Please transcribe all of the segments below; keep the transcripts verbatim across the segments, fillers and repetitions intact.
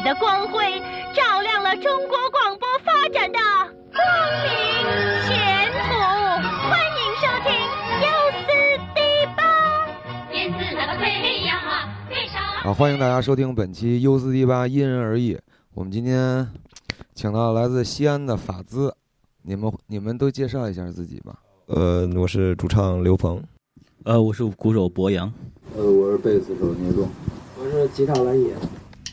的光辉，照亮了中国广播发展的光明前途。欢迎收听优思迪吧， 燕子那个飞呀飞上。 好，欢迎大家收听本期优思迪吧因人而异。我们今天请到来自西安的法兹，你们你们都介绍一下自己吧。 呃，我是主唱刘鹏。 呃，我是鼓手博洋。 呃，我是贝斯手聂仲。 我是吉他蓝野。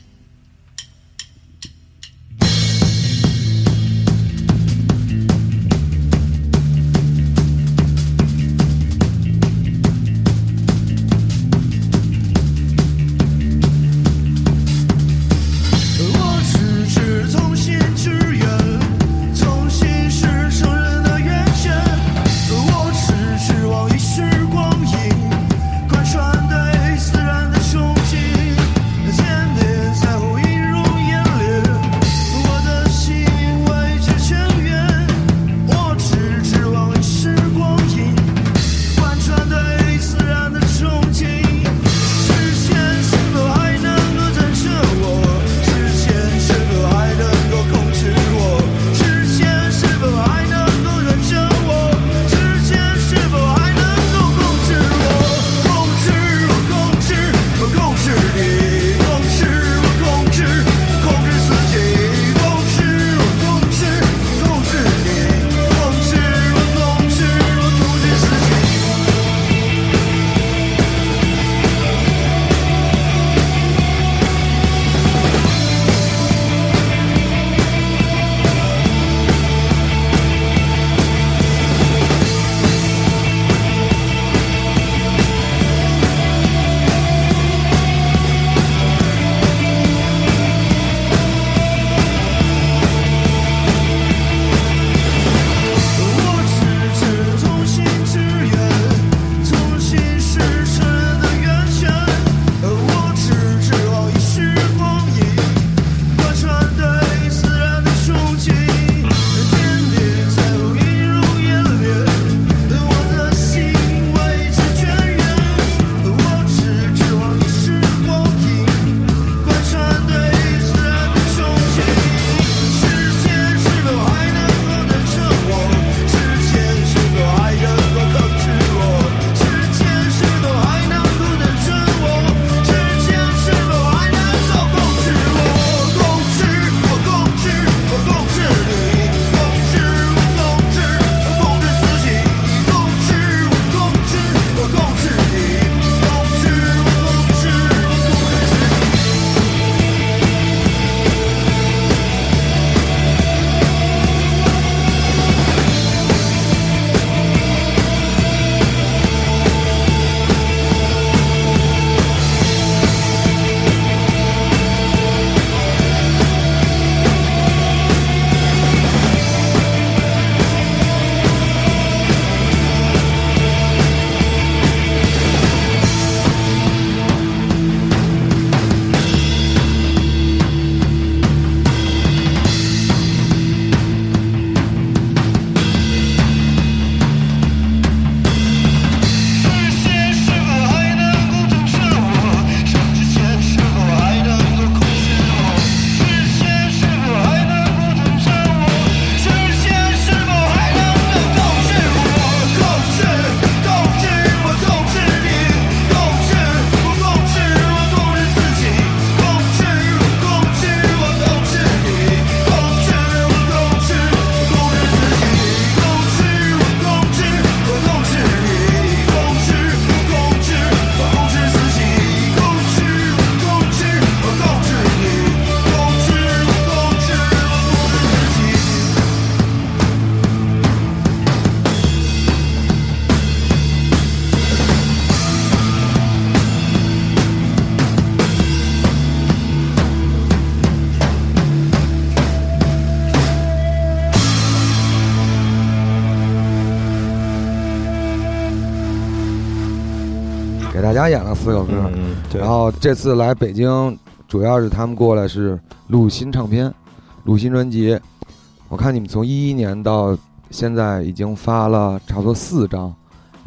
给大家演了四个歌， 嗯，对。 然后这次来北京，主要是他们过来是录新唱片、录新专辑。我看你们从一一年到现在已经发了差不多四张，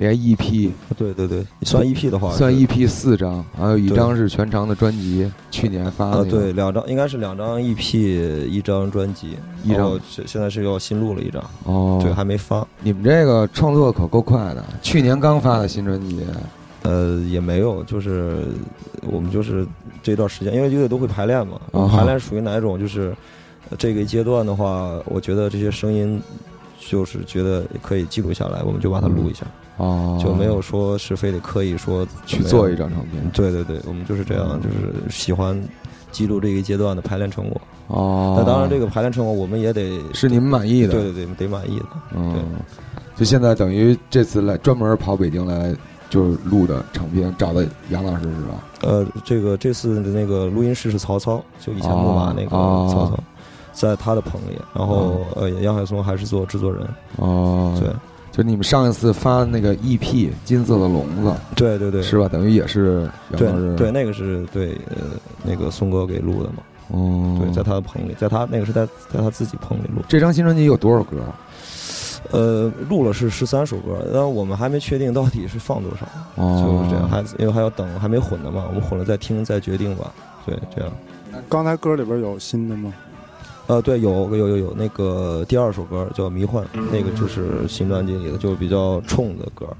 连 E P， 对对对，算 E P 的话， 算 E P 四张，还有一张是全长的专辑，去年发的、那啊， 个。 对，两张应该是两张 E P， 一张专辑， 一张现在是要新录了一张， 哦， 对，还没发。 你们这个创作可够快的，去年刚发的新专辑。 呃，也没有，就是我们就是这段时间，因为乐队都会排练嘛， 哦、 排练属于哪一种？就是这个阶段的话，我觉得这些声音就是觉得可以记录下来，我们就把它录一下。 哦， 就没有说是非得刻意说去做一张唱片。 对对对，我们就是这样，就是喜欢记录这个阶段的排练成果。 哦， 那当然，这个排练成果我们也得是你们满意的。 对对对，得满意的。 嗯，对，就现在等于这次来专门跑北京来。就是录的唱片，找的杨老师是吧？ 呃，这个这次的那个录音室是曹操，就以前木马那个曹操，哦、在他的棚里。然后、哦、呃，杨海松还是做制作人。 哦， 对， 就你们上一次发那个 E P《金色的笼子》， 对对对， 是吧？等于也是杨老师。 对对，那个是对呃那个宋哥给录的嘛。 哦， 对，在他的棚里，在他那个是在在他自己棚里录。 这张新专辑有多少歌？ 呃，录了是十三首歌，但我们还没确定到底是放多少， 哦、 就是这样，还因为还要等，还没混呢嘛，我们混了再听再决定吧。对，这样。 刚才歌里边有新的吗？ 呃，对，有有有有那个第二首歌叫《迷幻》，那个就是新专辑里的，就比较冲的歌。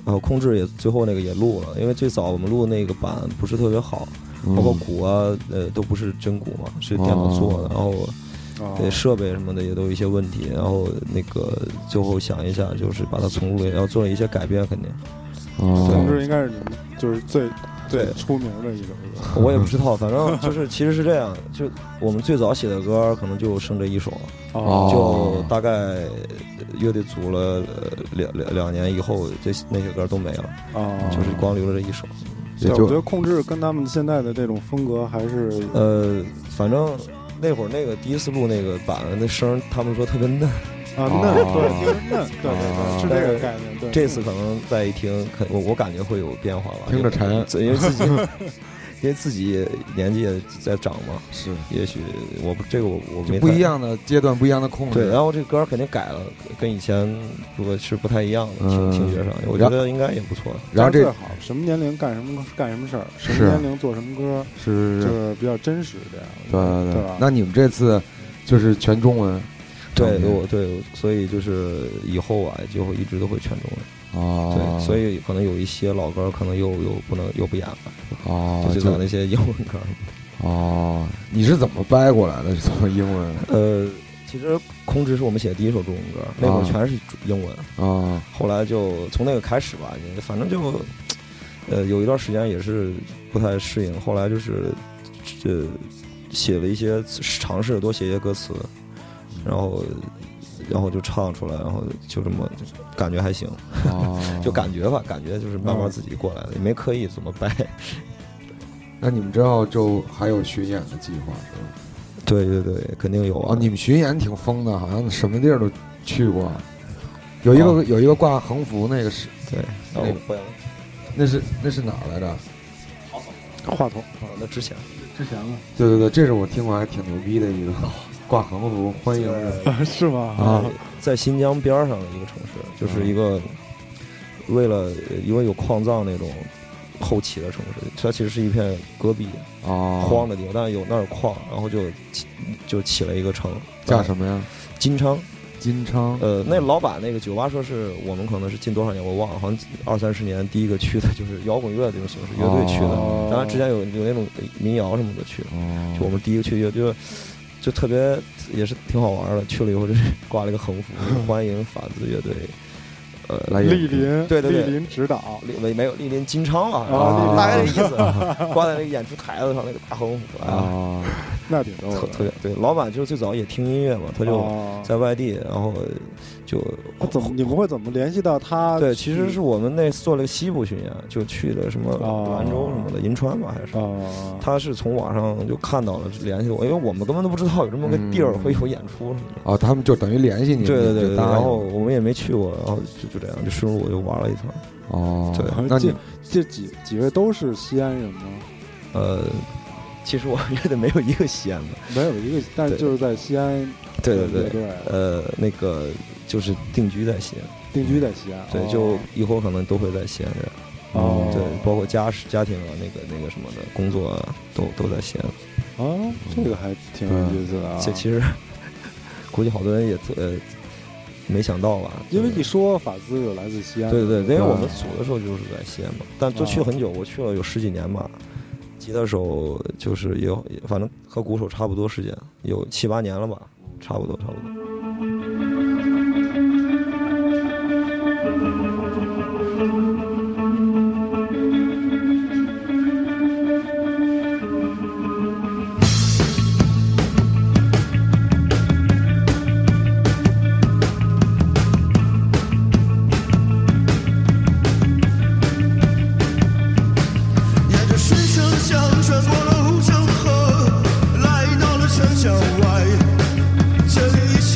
然后控制也最后那个也录了，因为最早我们录那个版不是特别好，包括鼓啊，呃，都不是真鼓嘛，是电脑做的，然后对设备什么的也都有一些问题，然后那个最后想一下，就是把它重录，也要做了一些改变，肯定。 控制应该是你们就是最最出名的一首歌， 我也不知道，反正就是其实是这样，就我们最早写的歌可能就剩这一首， 哦， 就大概乐队组了两两两年以后，这那些歌都没了，哦，就是光留了这一首。 对，我觉得控制跟他们现在的这种风格还是呃，反正那会儿那个第一次录那个版那声，他们说特别嫩。 啊，嫩，对，听着嫩，对对对，是这个概念。对， 这次可能再一听，可我我感觉会有变化吧， 听着馋， 因为自己因为自己年纪也在长嘛， 是， 也许我不这个我我没不一样的阶段，不一样的控制。 对，然后这歌肯定改了，跟以前如果是不太一样的听听觉上，我觉得应该也不错。 然后这好，什么年龄干什么干什么事儿，什么年龄做什么歌， 是就是比较真实这样。对对吧？ 那你们这次就是全中文。 对，我对，所以就是以后啊，就会一直都会全中文。 哦， 对，所以可能有一些老歌可能又又不能又不演了。 哦， 就最早那些英文歌。 哦，你是怎么掰过来的？怎么英文？ 呃，其实控制是我们写的第一首中文歌，那会儿全是英文啊。 后来就从那个开始吧，反正就呃有一段时间也是不太适应，后来就是呃写了一些尝试多写一些歌词。然后，然后就唱出来，然后就这么感觉还行，哦、就感觉吧，感觉就是慢慢自己过来的，也没刻意怎么掰。 那你们之后就还有巡演的计划是吧？ 对对对，肯定有啊、 哦！你们巡演挺疯的，好像什么地儿都去过。有一个、哦、有一个挂横幅那个是， 对，那个那是那是哪儿来着？ 话筒啊，那之前之前了。 对对对，这是我听过还挺牛逼的一个。挂横幅欢迎人是吗？ 啊，在新疆边上的一个城市，就是一个为了因为有矿藏那种后起的城市，它其实是一片戈壁啊荒的地方，但是有那儿有矿，然后就就起了一个城， 叫什么呀？ 金昌。 金昌。 呃，那老板那个酒吧说是我们可能是近多少年我忘了，好像二三十年第一个去的就是摇滚乐这种形式乐队去的， 哦、 当然之前有有那种民谣什么的去的，哦、就我们第一个去乐队。就特别也是挺好玩的，去了以后就是挂了一个横幅，欢迎法子乐队，呃， 来莅临， 对对对， 莅临指导， 没没有莅临金昌啊， 啊， 大概这意思，挂在那个演出台子上那个大横幅啊，那挺逗的， 特别对。老板就是最早也听音乐嘛，他就在外地，然后就他怎么你们会怎么联系到他？ 对，其实是我们那做了个西部巡演，就去了什么兰州什么的，银川吧还是，他是从网上就看到了联系我，因为我们根本都不知道有这么个地儿会有演出什么的。 哦，他们就等于联系你， 对对对对，然后我们也没去过，然后就就这样就顺路我就玩了一趟。 哦， 对， 那你这几几位都是西安人吗？ 呃，其实我觉得没有一个西安的， 没有一个，但是就是在西安。 对对对对，呃，那个就是定居在西安， 定居在西安， 对，就以后可能都会在西安这样。哦，对，包括家家庭啊，那个那个什么的工作啊，都都在西安。 哦，这个还挺有意思的啊。 这其实估计好多人也呃没想到吧， 因为一说法兹就来自西安。 对对对，因为我们组的时候就是在西安嘛，但都去了很久，我去了有十几年吧。吉他手就是也有，反正和鼓手差不多时间，有七八年了吧，差不多差不多。 这里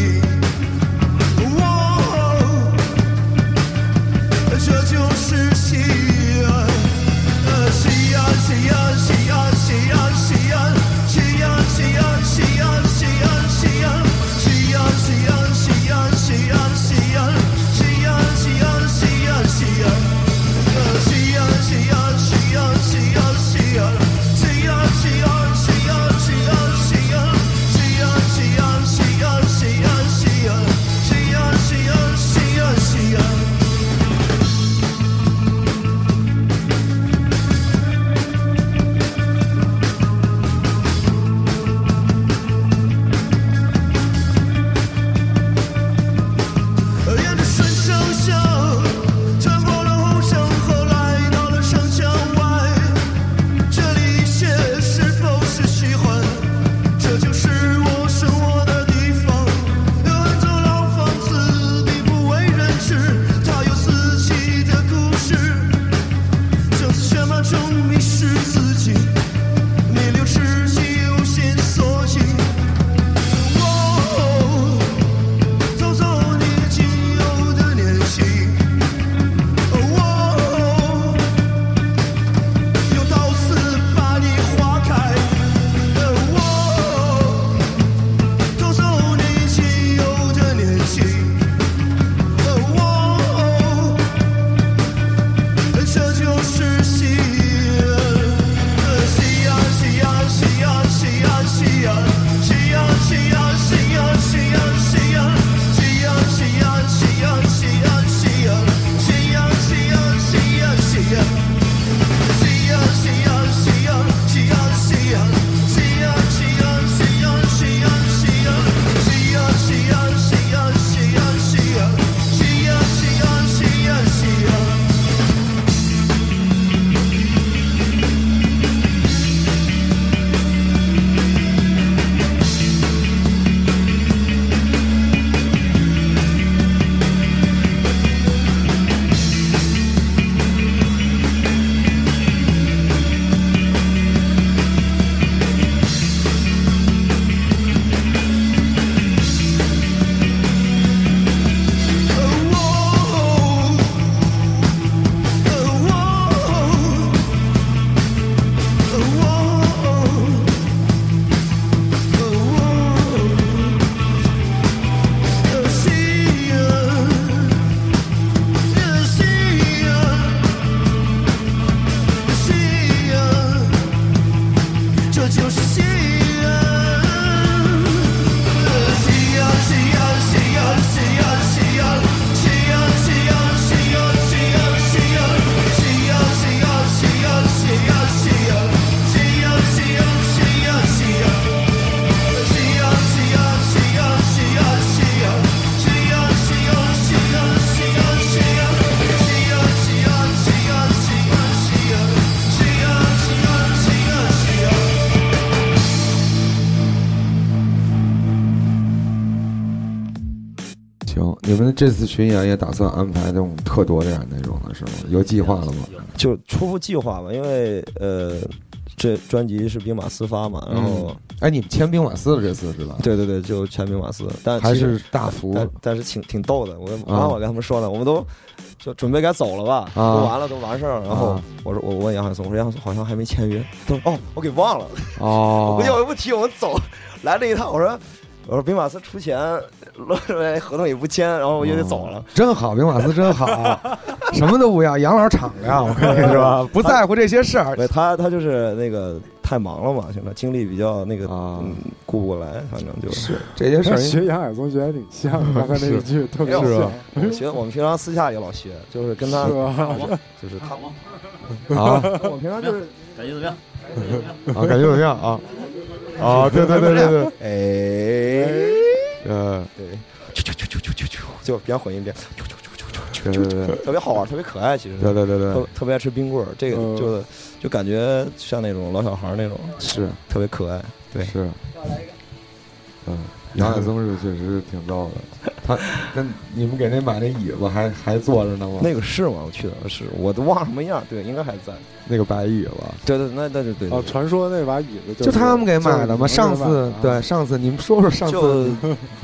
你们这次巡演也打算安排那种特多点那种的是吗？有计划了吗？ 就初步计划吧，因为呃，这专辑是兵马司发嘛，然后、 嗯、哎，你们签兵马司了这次是吧？ 对对对，就签兵马司，但还是大幅， 但但是挺挺逗的。我刚刚我跟他们说呢，我们都就准备该走了吧， 啊、 都完了都完事儿。然后我说我问杨海松，我说杨海松好像还没签约，都哦我给忘了哦， 我估计我不提我们走来这一趟，我说。我说兵马司出钱，合同也不签，然后我就得走了。 哦、真好，兵马司真好，什么都不要，养老敞亮，我跟你说，不在乎这些事儿。 他他就是那个太忙了嘛，现在精力比较那个啊、嗯，顾不过来，反正就是这些事儿。 学杨海松学还挺像，刚才那一句特别像。 我学我们平常私下也老学，就是跟他，就是他啊， 我平常就是感觉怎么样？ 啊，感觉怎么样啊？啊，对对对对对， 哎， 呃， 对，啾啾啾啾啾啾啾，就边混音边啾啾啾啾啾啾， 对对对， 特别好玩，特别可爱，其实。 对对对对， 特特别爱吃冰棍儿，这个就就感觉像那种老小孩那种， 是特别可爱，对， 是。嗯，杨海松是确实挺逗的，他跟你们给那买那椅子还还坐着呢吗？ 那个是吗？我去的是，我都忘了什么样，对，应该还在。 那个白椅子， 对对，那那就对。 哦，传说那把椅子就他们给买的吗？上次对，上次你们说说上次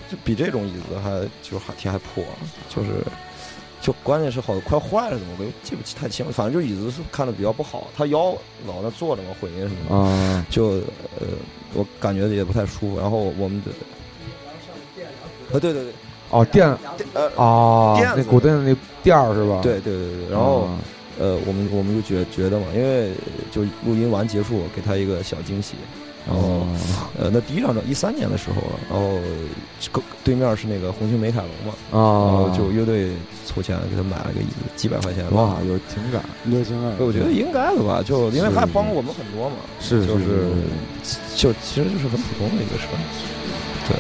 就比这种椅子还就还挺还破，就是就关键是好快坏了怎么我记不太清，反正就椅子是看着比较不好，他腰老那坐着嘛混音什么的啊，就呃我感觉也不太舒服。然后我们的呃对对对哦垫呃哦那古代的那垫儿是吧？ 对对对对，然后。呃，我们我们就觉觉得嘛，因为就录音完结束，给他一个小惊喜。然后，哦、呃，那第一张专一三年的时候了，然后对面是那个红星美凯龙嘛，啊、哦，然后就乐队凑钱给他买了个椅子，几百块钱。 哇，有情感，有情感。 我觉得应该的吧，就因为他帮我们很多嘛， 是就是，就其实就是很普通的一个事儿，对。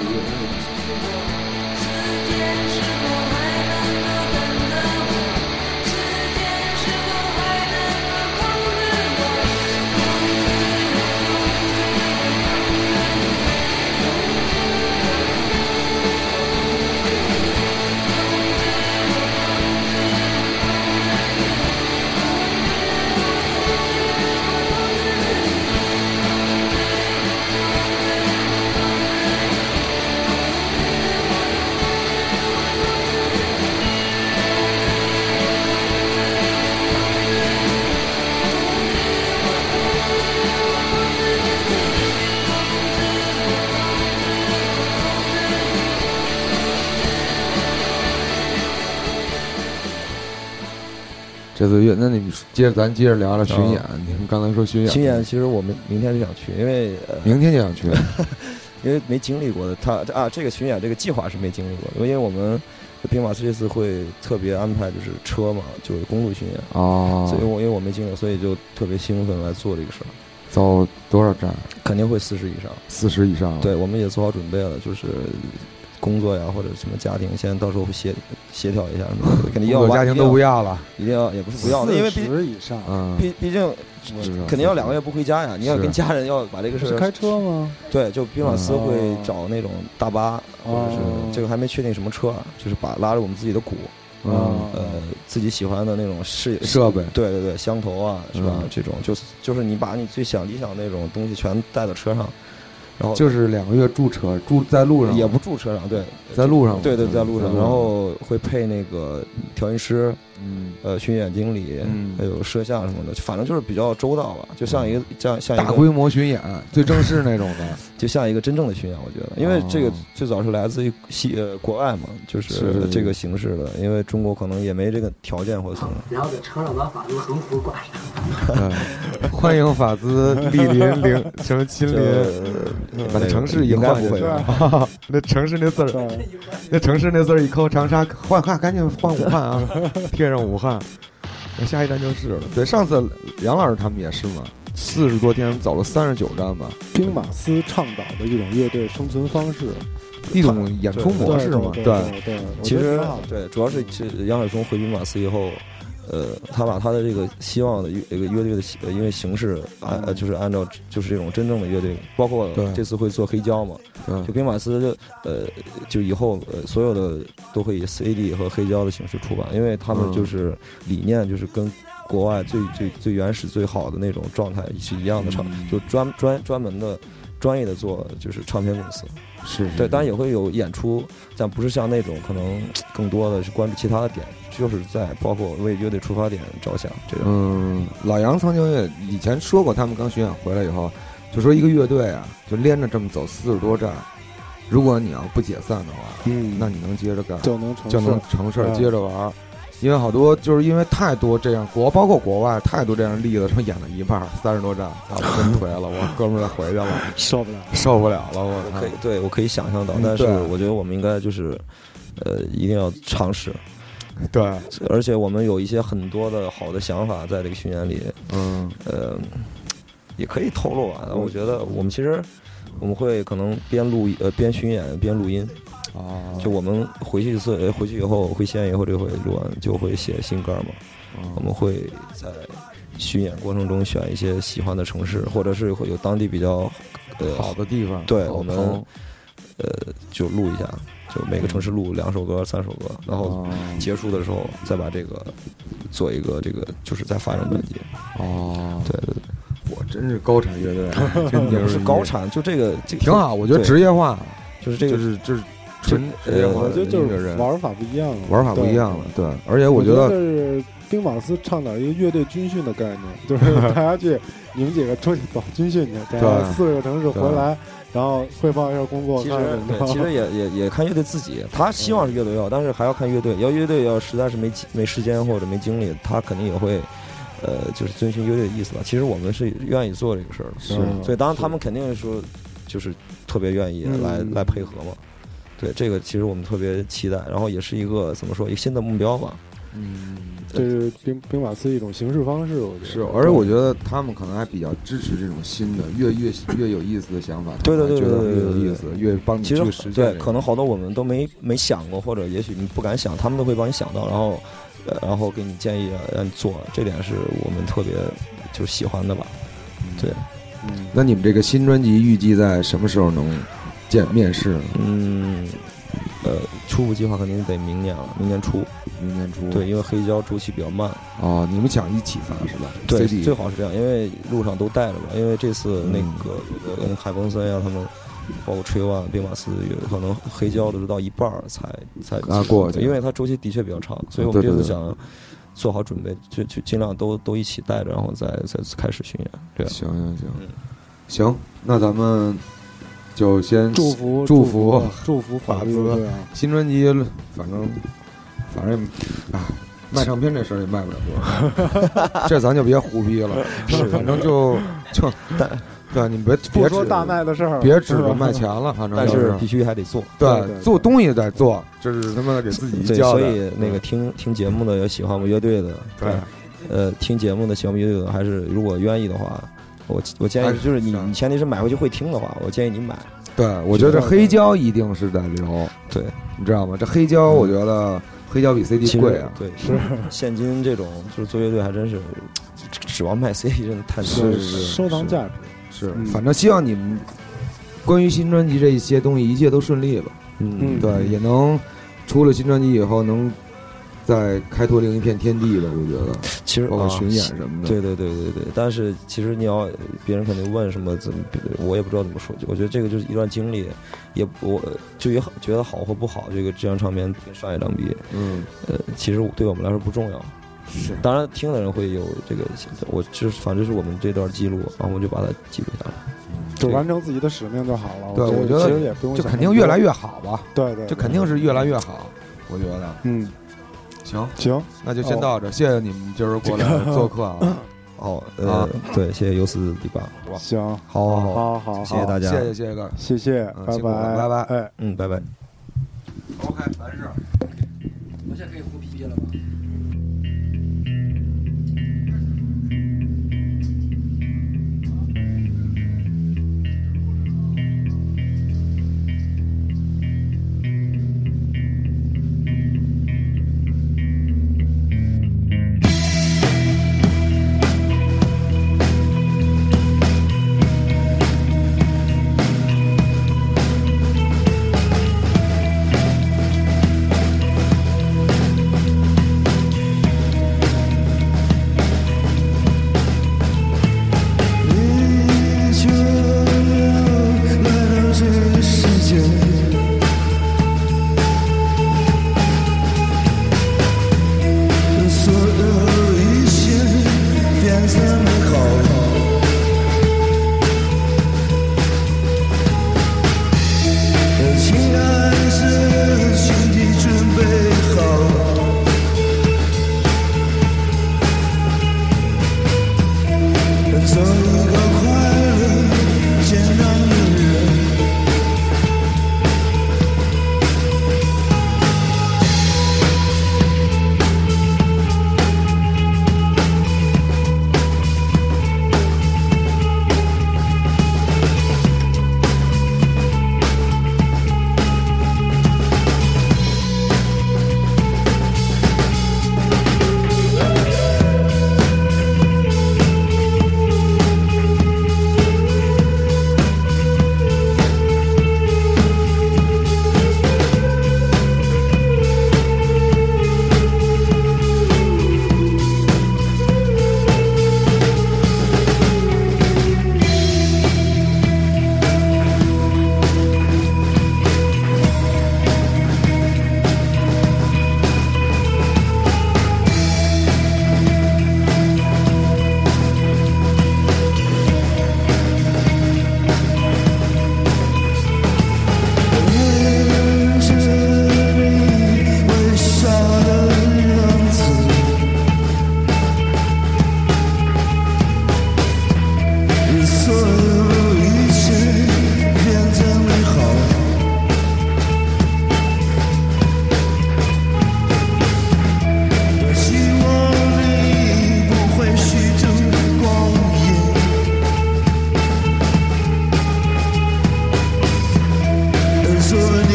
这次乐，那你们接着咱接着聊聊巡演。嗯、你们刚才说巡演， 巡演其实我们明天就想去，因为、呃、 明天就想去， 因为没经历过的。他啊，这个巡演这个计划是没经历过的，因为我们兵马司这次会特别安排就是车嘛，就是公路巡演哦，所以我因为我没经历，所以就特别兴奋来做这个事儿。 走多少站？ 肯定会四十以上， 四十以上。 对，我们也做好准备了，就是。工作呀，或者什么家庭，现在到时候会协协调一下什么的，肯定要家庭都不要了， 一定要也不是不要，因为四十以上， 嗯，毕毕竟肯定要两个月不回家呀，你要跟家人要把这个事。 是开车吗？ 对，就兵马司会找那种大巴，或者是这个还没确定什么车，就是把拉着我们自己的鼓，嗯呃自己喜欢的那种设设备， 对对对，箱头啊是吧？这种就是就是你把你最想理想那种东西全带到车上。然后就是两个月驻车，住在路上， 也不住车上，对， 在路上， 对对，在路上，然后会配那个调音师，嗯，呃，巡演经理，嗯，还有摄像什么的，反正就是比较周到吧，就像一个像像一个大规模巡演，最正式那种的， 就像一个真正的巡演，我觉得，因为这个最早是来自于西呃国外嘛，就是这个形式的，因为中国可能也没这个条件或者什么， 然后在车上把法兹横幅挂上， 欢迎法兹莅临零什么亲临。把那城市一换就行，那城市那字儿，那城市那字儿一抠，长沙换汉，赶紧换武汉啊，贴上武汉，那下一站就是了。对，上次杨老师他们也是嘛，四十多天走了三十九站吧。 兵马司倡导的一种乐队生存方式， 一种演出模式嘛。 对对对， 其实对，主要是其实杨海松回兵马司以后。呃，他把他的这个希望的这个乐队的音乐形式，按、呃、就是按照就是这种真正的乐队，包括这次会做黑胶嘛，就兵马司就呃就以后呃所有的都会以 C D 和黑胶的形式出版，因为他们就是理念就是跟国外最最最原始最好的那种状态是一样的，唱、嗯、就专专专门的专业的做就是唱片公司。 是, 是对，当然也会有演出，但不是像那种可能更多的是关注其他的点，就是在包括为乐队出发点着想这样。 嗯，老杨曾经也以前说过，他们刚巡演回来以后，就说一个乐队啊，就连着这么走四十多站，如果你要不解散的话，嗯，那你能接着干， 就能成就能成事儿，接着玩。因为好多就是因为太多这样国，包括国外太多这样的例子，说演了一半三十多站，啊，我真颓了，我哥们儿回去了， 受不了， 受不了了，我我可以对我可以想象到，但是我觉得我们应该就是，呃，一定要尝试， 对， 而且我们有一些很多的好的想法在这个巡演里，嗯，呃，也可以透露啊，我觉得我们其实我们会可能边录呃边巡演边录音。啊，就我们回去一次，回去以后回西安以后，这回录完就会写新歌嘛。嗯、我们会在巡演过程中选一些喜欢的城市，或者是会有当地比较呃好的地方， 对我们呃就录一下，就每个城市录两首歌、三首歌，然后结束的时候再把这个做一个这个就是再发张专辑。哦，对对对。 我真是高产乐队，真的是高产，就这个这挺好，我觉得职业化。 就是这个就是就是纯职业化我觉得就的音乐人， 是玩法不一样了， 玩法不一样了，对，而且我觉得这是兵马司倡导一个乐队军训的概念，就是大家去，你们几个出去走军训去，然后四个城市回来，然后汇报一下工作。 其实对，其实也也也看乐队自己，他希望是乐队要，但是还要看乐队，要乐队要实在是没没时间或者没精力，他肯定也会。呃，就是遵循乐队的意思吧。其实我们是愿意做这个事儿的， 是， 所以当然他们肯定说，就是特别愿意来、嗯、来配合嘛。对，这个其实我们特别期待，然后也是一个怎么说一个新的目标吧。 嗯，这是兵兵马司一种形式方式，我觉得是，而且我觉得他们可能还比较支持这种新的、越越越有意思的想法。 对对对， 觉得越有意思，越帮你去实现。 对，可能好多我们都没没想过，或者也许你不敢想，他们都会帮你想到，然后。然后给你建议让你做，这点是我们特别就是喜欢的吧。对， 嗯，那你们这个新专辑预计在什么时候能见面试呢？ 嗯，呃，初步计划肯定得明年了，明年初， 明年初。 对，因为黑胶周期比较慢。 哦，你们想一起发是吧？ 对， C D 最好是这样，因为路上都带着吧。因为这次那个跟海风森呀他们。包括吹万、兵马司，有可能黑胶都是到一半才才啊过去， 因为它周期的确比较长，所以我们这次想做好准备，就就尽量都都一起带着，然后再再开始巡演。对， 行行行，嗯、行，那咱们就先祝福祝福祝福法子、啊、新专辑，反正反正啊。卖唱片这事儿也卖不了多少，这咱就别胡逼了。是，反正就就对，你别别说大卖的事儿， 别指着卖钱了，反正但是必须还得做。 对，做东西得做，这是他妈的给自己交代。所以那个听听节目的有喜欢我们乐队的， 对， 呃，听节目的喜欢我们乐队的，还是如果愿意的话，我我建议就是你你前提是买回去会听的话，我建议你买。 对，我觉得这黑胶一定是在留。 对， 你知道吗？这黑胶我觉得。黑胶比 C D 贵啊！ 对，是现今这种就是做乐队还真是指望卖 C D 真的太难了， 是是收藏价值是。反正希望你们关于新专辑这一些东西一切都顺利吧。 嗯， 对，也能出了新专辑以后能再开拓另一片天地吧。我觉得， 其实包括巡演什么的。 对对对对对。但是其实你要别人肯定问什么怎么，我也不知道怎么说。我觉得这个就是一段经历。也我就也觉得好或不好，这个这张唱片跟上一张比， 嗯， 呃，其实对我们来说不重要。 是， 当然听的人会有这个，我就是反正是我们这段记录，然后我们就把它记录下来， 就完成自己的使命就好了。 对，我觉得其实也不用， 就肯定越来越好吧。 对对， 就肯定是越来越好，我觉得。 嗯， 行行， 那就先到这，谢谢你们今儿过来做客啊。 哦，呃，对，谢谢优思迪吧， 是吧？行， 好， 好，好，好， 谢谢大家， 谢谢，谢谢哥， 谢谢，拜拜， 拜拜， 哎， 嗯，拜拜。 OK，完事。 我现在可以胡皮了吧？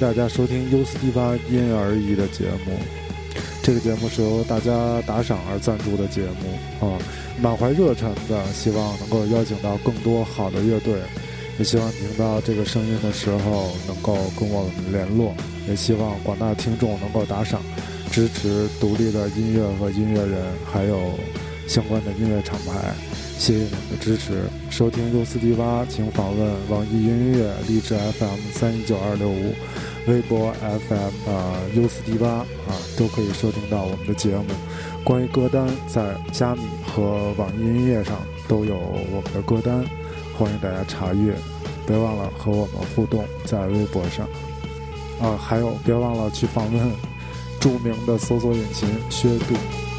大家收听 U 四 D 八因人而异的节目。这个节目是由大家打赏而赞助的节目啊，满怀热忱的希望能够邀请到更多好的乐队，也希望听到这个声音的时候能够跟我们联络，也希望广大听众能够打赏支持独立的音乐和音乐人，还有相关的音乐厂牌。谢谢你们的支持。收听 U 四 D 八请访问网易音乐、荔枝 F M 三一九二六五、微博 F M 啊 U 四 D 八啊，都可以收听到我们的节目。关于歌单，在虾米和网易音乐上都有我们的歌单，欢迎大家查阅。别忘了和我们互动在微博上啊，还有别忘了去访问著名的搜索引擎薛度。